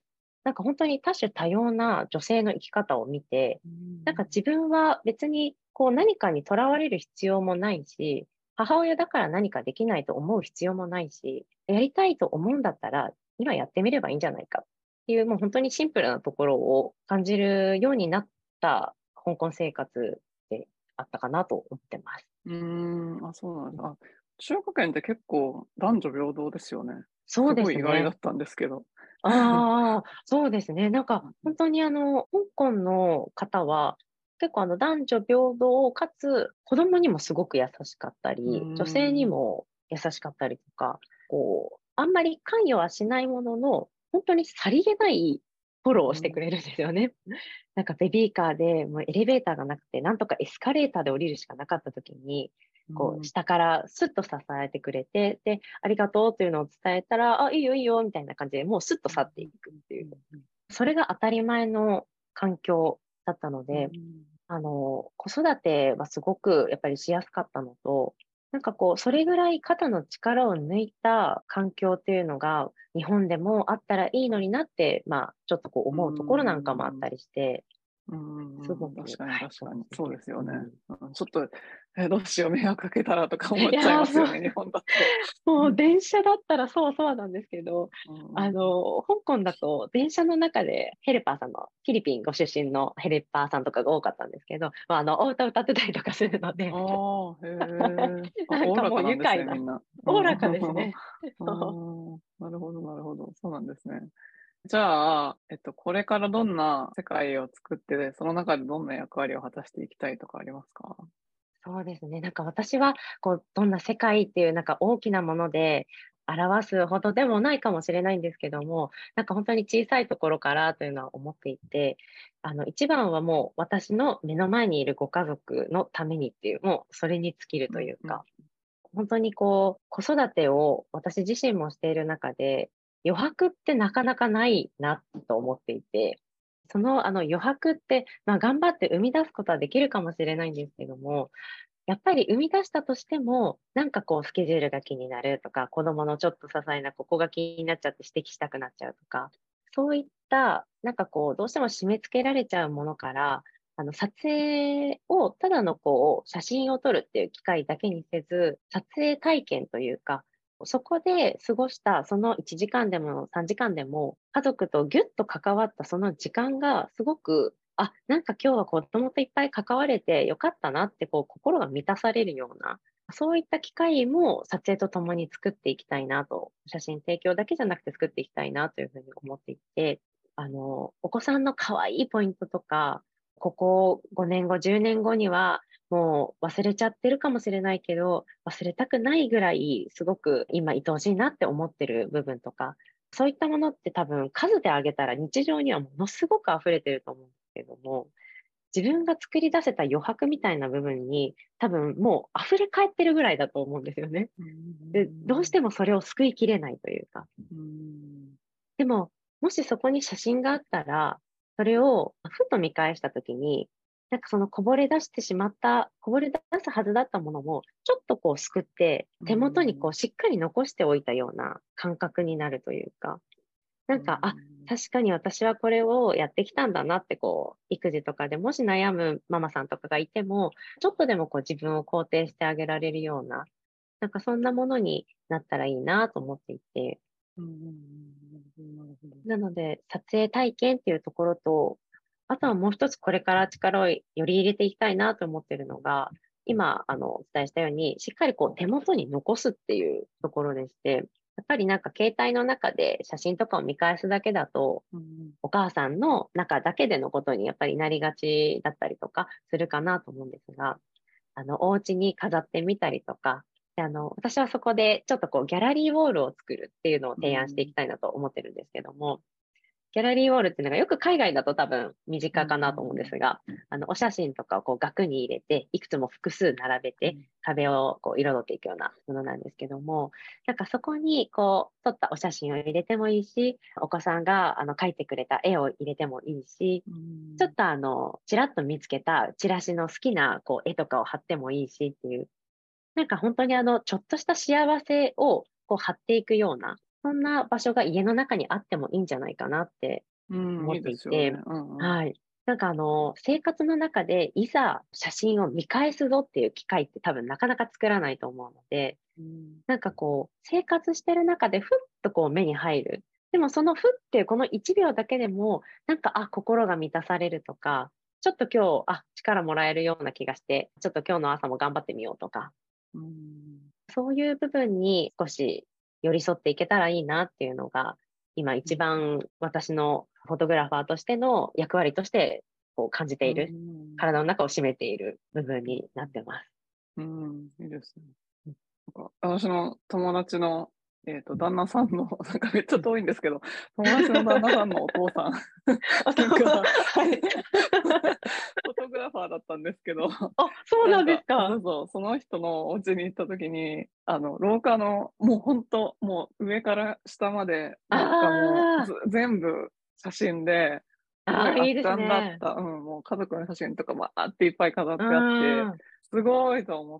なんか本当に多種多様な女性の生き方を見て、なんか自分は別にこう何かにとらわれる必要もないし、母親だから何かできないと思う必要もないし、やりたいと思うんだったら、今やってみればいいんじゃないかっていう、もう本当にシンプルなところを感じるようになった香港生活であったかなと思ってます。 そうなんです。中華圏って結構男女平等ですよね。 そうですごいすね。 意外だったんですけど。 ああ、そうですね。なんか、本当に香港の方は、結構男女平等かつ、子供にもすごく優しかったうーり、女性にん。 も優しかったりとか、こう、あんまり関与はしないものの、本当にさりげないフォローをしてくれるんですよね。なんかベビーカーで、もうエレベーターがなくて、なんとかエスカレーターで降りるしかなかった時に、こう、下からスッと支えてくれて、で、ありがとうというのを伝えたら、あ、いいよいいよ、みたいな感じで、もうスッと去っていくっていう。それが当たり前の環境だったので、子育てはすごくやっぱりしやすかったのと、なんかこう、それぐらい肩の力を抜いた環境っていうのが、日本でもあったらいいのになって、ちょっとこううー思うところなんかもあっん。 たりして、 確かにはい、 確かに。そうそうですね。 ですよね。ちょっと、どうしよう、迷惑かけたらとか思っちゃいいやー、そう。 ますよね、日本だと。 もう電車だったらそうなんですけど、 うん香港だと電車の中でヘルパーさんの、フィリピンご出身のヘルパーさんとかが多かったんですけど、お歌歌ってたりとかするので、 へえ。おおらなんかもうかなんですね、 愉快な、 みんな。 おおらかですね。そうなるほど、なるほど。そうなんですね。じゃあ、これからどんな世界を作って、その中でどんな役割を果たしていきたいとかありますか？ そうですね。なんか私は、こう、どんな世界っていうなんか大きなもので表すほどでもないかもしれないんですけども、なんか本当に小さいところからというのは思っていて、一番はもう私の目の前にいるご家族のためにっていう、もうそれに尽きるうんうん。 というか、本当にこう、子育てを私自身もしている中で、余白ってなかなかないなと思っていて、その余白って、頑張って生み出すことはできるかもしれないんですけども、やっぱり生み出したとしても、なんかこうスケジュールが気になるとか、子供のちょっと些細なここが気になっちゃって指摘したくなっちゃうとか、そういった、なんかこう、どうしても締め付けられちゃうものから、撮影をただのこう、写真を撮るっていう機会だけにせず、撮影体験というか、そこで過ごしたその1時間でも3時間でも、家族とギュッと関わったその時間がすごくなんか今日は子供といっぱい関われてよかったなって、こう、心が満たされるような、そういった機会も撮影とともに作っていきたいなと、写真提供だけじゃなくて作っていきたいなというふうに思っていて、お子さんの可愛いポイントとか、ここ5年後、10年後にはもう忘れちゃってるかもしれないけど、忘れたくないぐらいすごく今愛おしいなって思ってる部分とか、そういったものって多分数で挙げたら日常にはものすごく溢れてると思うんですけども、自分が作り出せた余白みたいな部分に、多分もう溢れ返ってるぐらいだと思うんですよね。 うで、どうしんてもそれを救いきれないというか。 うん。 でも、もしそこに写真があったら、それをふと見返したときに、なんかそのこぼれ出してしまった、こぼれ出すはずだったものも、ちょっとこうすくって、 う手元にこんうしっかり残しておいたような感覚になるというか。なうんか、 ん確かに私はこれをやってきたんだなって、こう、育児とかでもし悩むママさんとかがいても、ちょっとでもこう自分を肯定してあげられるような、なんかそんなものになったらいいなと思っていて、 なるほど。 なので、撮影体験っていうところと、あとはもう一つこれから力をより入れていきたいなと思っているのが、今、お伝えしたように、しっかりこう手元に残すっていうところでして、やっぱりなんか携帯の中で写真とかを見返すだけだと、 うんお母さんの中だけでのことにやっぱりなりがちだったりとかするかなと思うんですが、お家に飾ってみたりとか、で私はそこでちょっとこうギャラリーウォールを作るっていうのを提案していきたいなと思ってるんですけども、ギャラリーウォールっていうのがよく海外だと多分身近かなと思うんですが、お写真とかをこう額に入れて、いくつも複数並べて壁をこう彩っていくようなものなんですけども、なんかそこにこう撮ったお写真を入れてもいいし、お子さんが描いてくれた絵を入れてもいいし、ちょっとちらっと見つけたチラシの好きなこう絵とかを貼ってもいいしっていう、なんか本当にちょっとした幸せをこう貼っていくような、そんな場所が家の中にあってもいいんじゃないかなってうん、いい思っていて、 ですよね。うんうん。 はい。なんか生活の中でいざ写真を見返すぞっていう機会って多分なかなか作らないと思うので、 うん。 なんかこう、生活してる中でふっとこう目に入る。でもそのふっていうこの1秒だけでも、なんか、あ、心が満たされるとか、ちょっと今日、あ、力もらえるような気がして、ちょっと今日の朝も頑張ってみようとか、 うん。 そういう部分に少し寄り添っていけたらいいなっていうのが、今一番私のフォトグラファーとしての役割としてこう感じてういる、 ん。 体の中を占めている部分になってます。 うん、いいですね。なんか私の友達の、旦那さんの、なんかめっちゃ遠いんですけど、友達の旦那さんのお父さんあと、 が、 はい。 フォトグラファーだったんですけど、 あ、そうなんですなんか、そか。 うそう、その人のお家に行った時に、廊下の、もう本当、もう上から下まで、なんかもうあ全部写真で、 あ、 すごいああ、いいです圧巻だっね。 た。うん、もう家族の写真とかバーっていっぱい飾っうてあって、 ーん。 すごいと思って、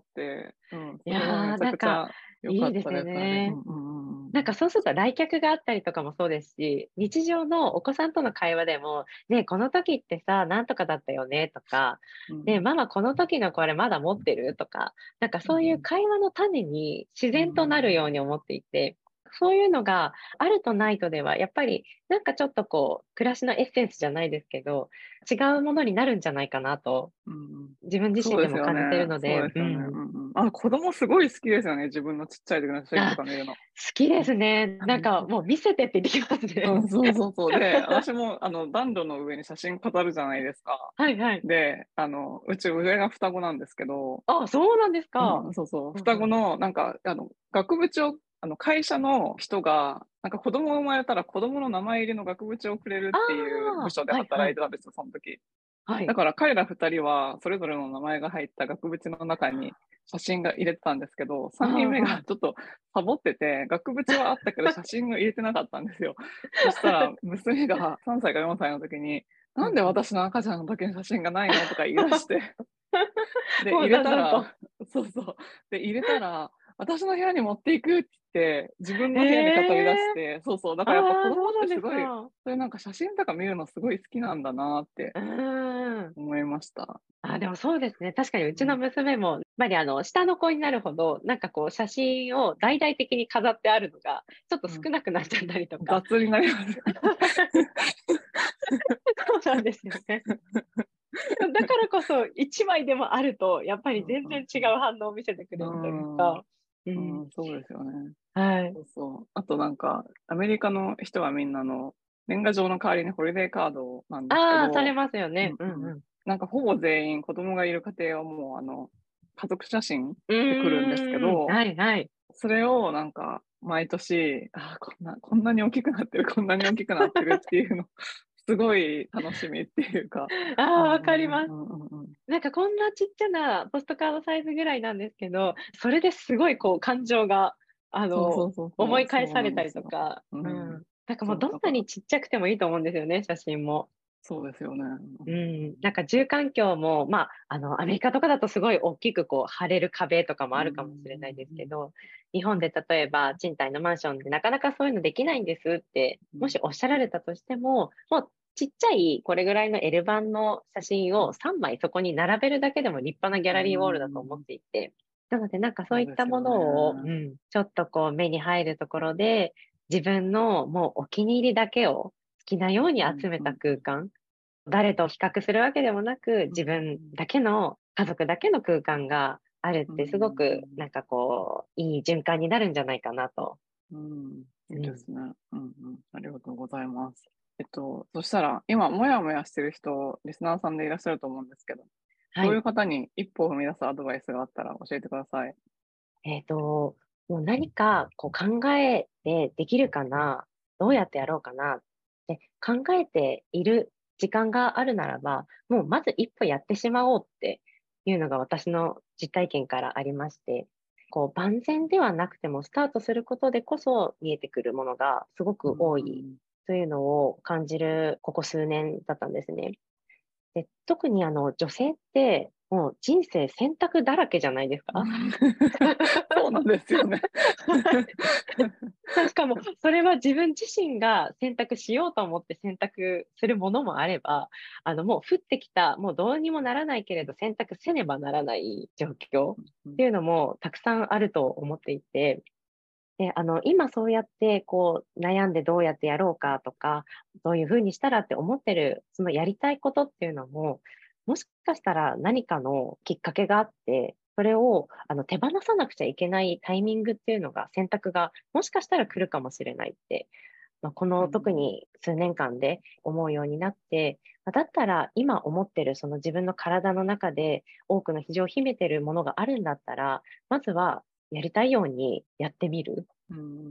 うん、それはめいやー、 ちゃなんか、 くちゃ良かいいですよったです、あれ。うね。 んうんうんうん。 なんかそうすると来客があったりとかもそうですし、日常のお子さんとの会話でも、ねえ、この時ってさ、なんとかだったよねとか、ねえ、 うんママこの時のこれまだ持ってるとか、なんかそういううん会話の種に自うんう然となるようんに思っていて、そういうのがあるとないとでは、やっぱりなんかちょっとこう、暮らしのエッセンスじゃないですけど、違うものになるんじゃないかなと、 うんうん。 自分自そう身でですよね。 も感じてるので、 そうですよね。 うん。 うんうん。子供すごい好きですよね。自分のちっちゃい時の写真とあ、 か見るの。 好きですね。なんかもう見せてって言ってきますね。 うん、そうそうそう。で、私も、暖炉の上に写真飾るじゃないですか。 はいはい。 で、うち上が双子なんですけど、 あ、そうなんですか。 うん、そうそう。 うんうん。 双子の、なんか、額縁を、会社の人が、なんか子供生まれたら子供の名前入りの額縁をくれるあっていう部あ、 署ではいはい。 働いてたんですよ、その時。 はい。 だから彼ら二人は、それぞれの名前が入った額縁の中に写真が入れてたんですけど、三人目ああ、はがちょっとサボってて、額縁はあったけど写真が入れてなかったんですよ。そしたら、娘が3歳か4歳の時に、なんでうんうん。 私の赤ちゃんの時の写真がないのとか言い出して、で、 もう入れだんだんと。 たら、そうそう。で、入れたら、私の部屋に持っていくって言って、自分の部屋に飾り出しええ、 て、そうそう。だからやっぱああ、 子供っそうなんですてすごい、 か。 そういうなんか写真とか見るのすごい好きなんだなってうーん。 思いました。 あ、でもそうですね。確かにうちのうん娘も、やっぱり下の子になるほど、なんかこう写真を大々的に飾ってあるのが、ちょっとうん、 少なくなっちゃったりとか。 雑になります。 そうなんですよね。だからこそ、1枚でもあると、やっぱりうん全然違う反応を見せてくうれるというんか。うん。 うん、そうですよね。 はい。 そうそう。あとなんか、アメリカの人はみんな年賀状の代わりにホリデーカードなんですけああ、されど、 ますよね。 うんうん。 うんうん。 なんかほぼ全員子供がいる家庭はもう家族写真うで来るんですけーん。 ど、 はいはい。 それをなんか毎年、こんなに大きくなってる、こんなに大きくなってるっていうの、すごい楽しみっていうか、 ああ、わうんうかります。 んうんうんうんなんかこんなちっちゃなポストカードサイズぐらいなんですけど、それですごいこう感情が、 そうそうそうそう、 思い返そうされたりなんですよ。 とか、 うん。 うん。なんかもうそう、 どんなにちっちゃくてもいいと思うんですよね、写真も。 そうですよね。 うん。なんか住環境も、まあ、アメリカとかだとすごい大きくこう、貼れる壁とかもうあるかもしれないですけん。 ど、日本で例えば賃貸のマンションでなかなかそういうのできないんですって、もしおっしゃられたとしても、もうちっちゃいこれぐらいの L 版の写真を3枚そこに並べるだけでも立派なギャうラリーウォールだと思っん。 ていて、なのでなんかそういったもそうですよのを、 ね。 うん、ちょっとこう目に入るところで、自分のもうお気に入りだけを好きなようにうん、 集めたうん、 空間、誰と比較するわけでもなく、 う自分ん、 だけの、家族だけの空間があるうってすごくん、 なんかこう、いい循環になるんじゃないかなと。 うん、いいうん。 ですね。うん、うん、ありがとうございます。そしたら、今、もやもやしてる人、リスナーさんでいらっしゃると思うんですけど、そういうはい。 方に一歩を踏み出すアドバイスがあったら教えてください。 もう何かこう考えてできるかな、どうやってやろうかなって考えている時間があるならば、もうまず一歩やってしまおうっていうのが私の実体験からありまして、こう万全ではなくてもスタートすることでこそ見えてくるものがすごうく多いん、 というのを感じるここ数年だったんですね。で、特に女性ってもう人生選択だらけじゃないですか？ そうなんですよね。 しかも、それは自分自身が選択しようと思って選択するものもあれば、もう降ってきた、もうどうにもならないけれど選択せねばならない状況っていうのもたくさんあると思っていて、で、今そうやって、こう、悩んでどうやってやろうかとか、どういう風にしたらって思ってる、そのやりたいことっていうのも、もしかしたら何かのきっかけがあって、それを、手放さなくちゃいけないタイミングっていうのが、選択がもしかしたら来るかもしれないって、この特に数年間で思うようになって、だったら今思ってるその自分の体の中で多くの非常を秘めてるものがあるんだったら、まずはやりたいようにやってみる。 うん。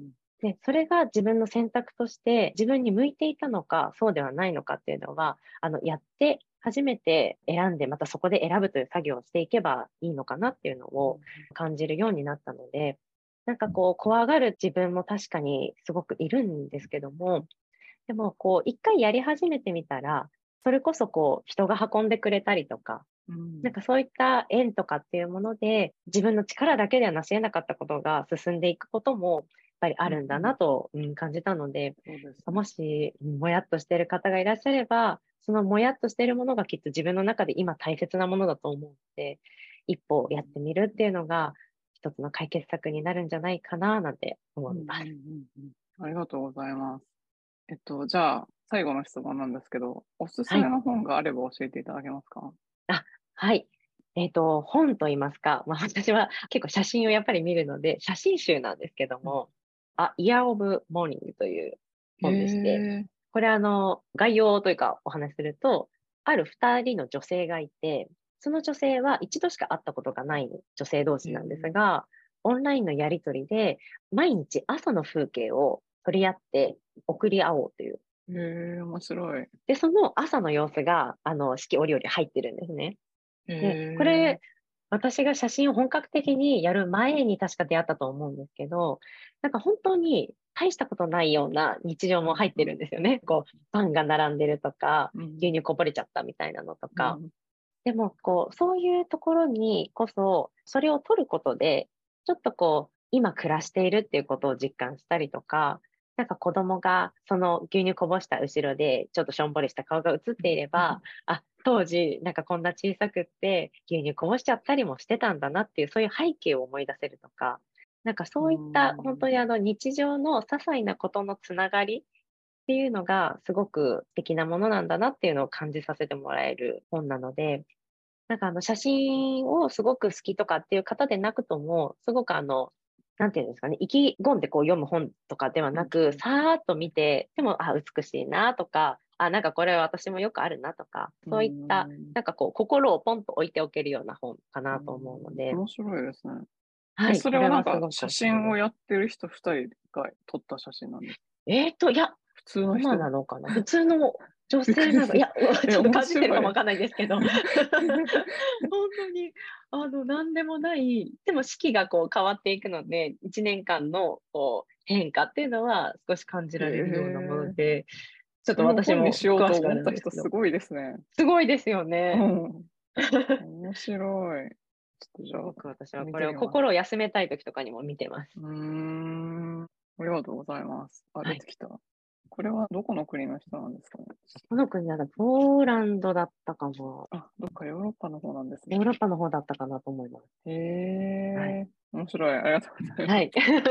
で、それが自分の選択として自分に向いていたのか、そうではないのかっていうのは、やって初めて選んで、またそこで選ぶという作業をしていけばいいのかなっていうのを感じるようになったので、なんかこう、怖がる自分も確かにすごくいるんですけども、でもこう、一回やり始めてみたら、それこそこう、人が運んでくれたりとか、 うん。 なんかそういった縁とかっていうもので、自分の力だけでは成し得なかったことが進んでいくことも、やっぱりあるんだなと、感じたので、 そうですね。 もし、もやっとしている方がいらっしゃれば、そのもやっとしているものがきっと自分の中で今大切なものだと思うので、一歩やってみるっていうのが、一つの解決策になるんじゃないかな、なんて思います。 ありがとうございます。じゃあ、最後の質問なんですけど、おすすはい。 めの本があれば教えていただけますか？ あ、はい。本と言いますか、私は結構写真をやっぱり見るので、写真集なんですけどうん。 も、Year of Morning というへ本でして、 え。 これ概要というかお話しすると、ある2人の女性がいて、その女性は一度しか会ったことがない女性同士なんですへえ。 が、オンラインのやり取りで、毎日朝の風景を取り合って送り合おうという。 へえ、面白い。 で、その朝の様子が、四季折々入ってるんですね。 へで、こえ。 れ、私が写真を本格的にやる前に確か出会ったと思うんですけど、なんか本当に大したことないような日常も入ってるんですよね。こう、パンが並んでるとか、牛乳こぼれちゃったみたいなのとか。 うん。 でも、こう、そういうところにこそ、それを取ることで、ちょっとこう、今暮らしているっていうことを実感したりとか、なんか子供がその牛乳こぼした後ろでちょっとしょんぼりした顔が映っていれば、当時なんかこんな小さくって牛乳こぼしちゃったりもしてたんだなっていう、そういう背景を思い出せるとか、なんかうそういった本当ん。 に日常の些細なことのつながりっていうのがすごく素敵なものなんだなっていうのを感じさせてもらえる本なので、なんか写真をすごく好きとかっていう方でなくとも、すごくなんていうんですかね、意気込んでこう読む本とかではうん。 なく、さーっと見て、でも、美しいなとか、なんかこれ私もよくあるなとか、 うそういった、 ん。 なんかこう、心をポンと置いておけるような本かうなと思うのん。 で、 面白いですね。 はい、 そこれれはなんか、 はすごく写おすすめです。 真をやってる人二人が撮った写真なんですか？ いや、 普通の今な人？ のかな普通の女びっく性なのいりする。 や、 え、 ちょっと面かじってるかも白い。 わかんないですけど、本当に、なんでもない、でも四季がこう変わっていくので、1年間のこう変化っていうのは少し感じへられるようなものえ。 で、ちょっとそれを私も本にしようと詳しくは思った人なんですけど、 すごいですね。 すごいですよね。 うん。面白い。ちょっとじゃあ、 すごく私はこれを見てみます。 心を休めたい時とかにも見てます。 うーん。ありがとうございます。あ、 はい。 出てきた。これはどこの国の人なんですかね。 この国ポーランドだったかな。 あ、どっかヨーロッパの方なんですね。 ヨーロッパの方だったかなと思います。 へはい。 え、面白い。ありがとうございます。 はい。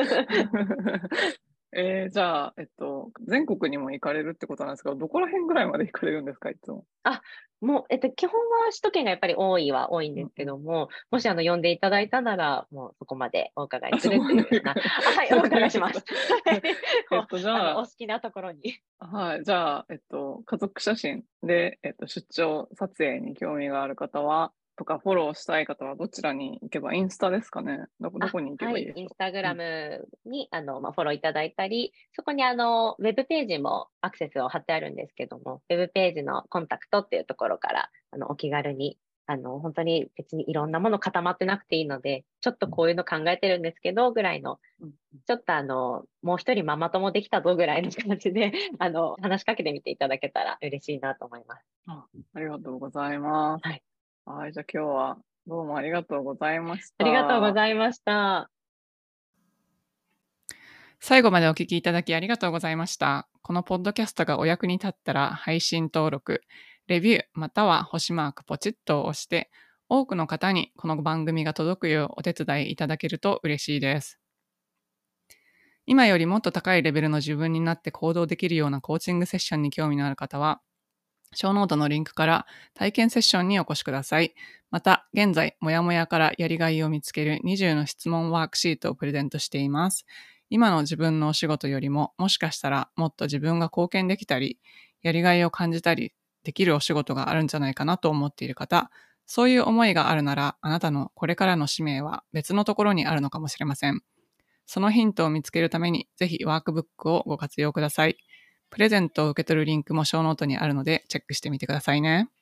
じゃあ、全国にも行かれるってことなんですけど、どこら辺ぐらいまで行かれるんですか、いつも。 あ、もう、基本は首都圏がやっぱり多いは多いんですうんうん。 けども、もし呼んでいただいたなら、もうそこまでお伺いあ、 するそこっていうような、 まで行かれる。 はい、おわかり伺いします。 ました。 はいじゃあ、 お好きなところに。 はい。じゃあ、家族写真で、出張撮影に興味がある方は、とか、フォローしたい方はどちらに行けば、インスタですかね。どこに行けはい、 ばいいでしょインスタグう。うん。 ラムに、フォローいただいたり、そこにウェブページもアクセスを貼ってあるんですけども、ウェブページのコンタクトっていうところから、お気軽に、本当に別にいろんなもの固まってなくていいので、ちょっとこういうの考えてるんですけど、ぐらいの、 うん。 ちょっともう一人ママ友できたぞぐらいの感じで、話しかけてみていただけたら嬉しいなと思います。 あ、ありがとうございます。 はい。 はい、じゃあ今日はどうもありがとうございましありがとうごた。 ざいました。 最後までお聞きいただきありがとうございました。このポッドキャストがお役に立ったら配信登録、レビューまたは星マークポチッとを押して多くの方にこの番組が届くようお手伝いいただけると嬉しいです。今よりもっと高いレベルの自分になって行動できるようなコーチングセッションに興味のある方は、ショーノートのリンクから体験セッションにお越しください。また、現在、もやもやからやりがいを見つける20の質問ワークシートをプレゼントしています。今の自分のお仕事よりも、もしかしたらもっと自分が貢献できたり、やりがいを感じたりできるお仕事があるんじゃないかなと思っている方、そういう思いがあるなら、あなたのこれからの使命は別のところにあるのかもしれません。そのヒントを見つけるために、ぜひワークブックをご活用ください。プレゼントを受け取るリンクもショーノートにあるので、チェックしてみてくださいね。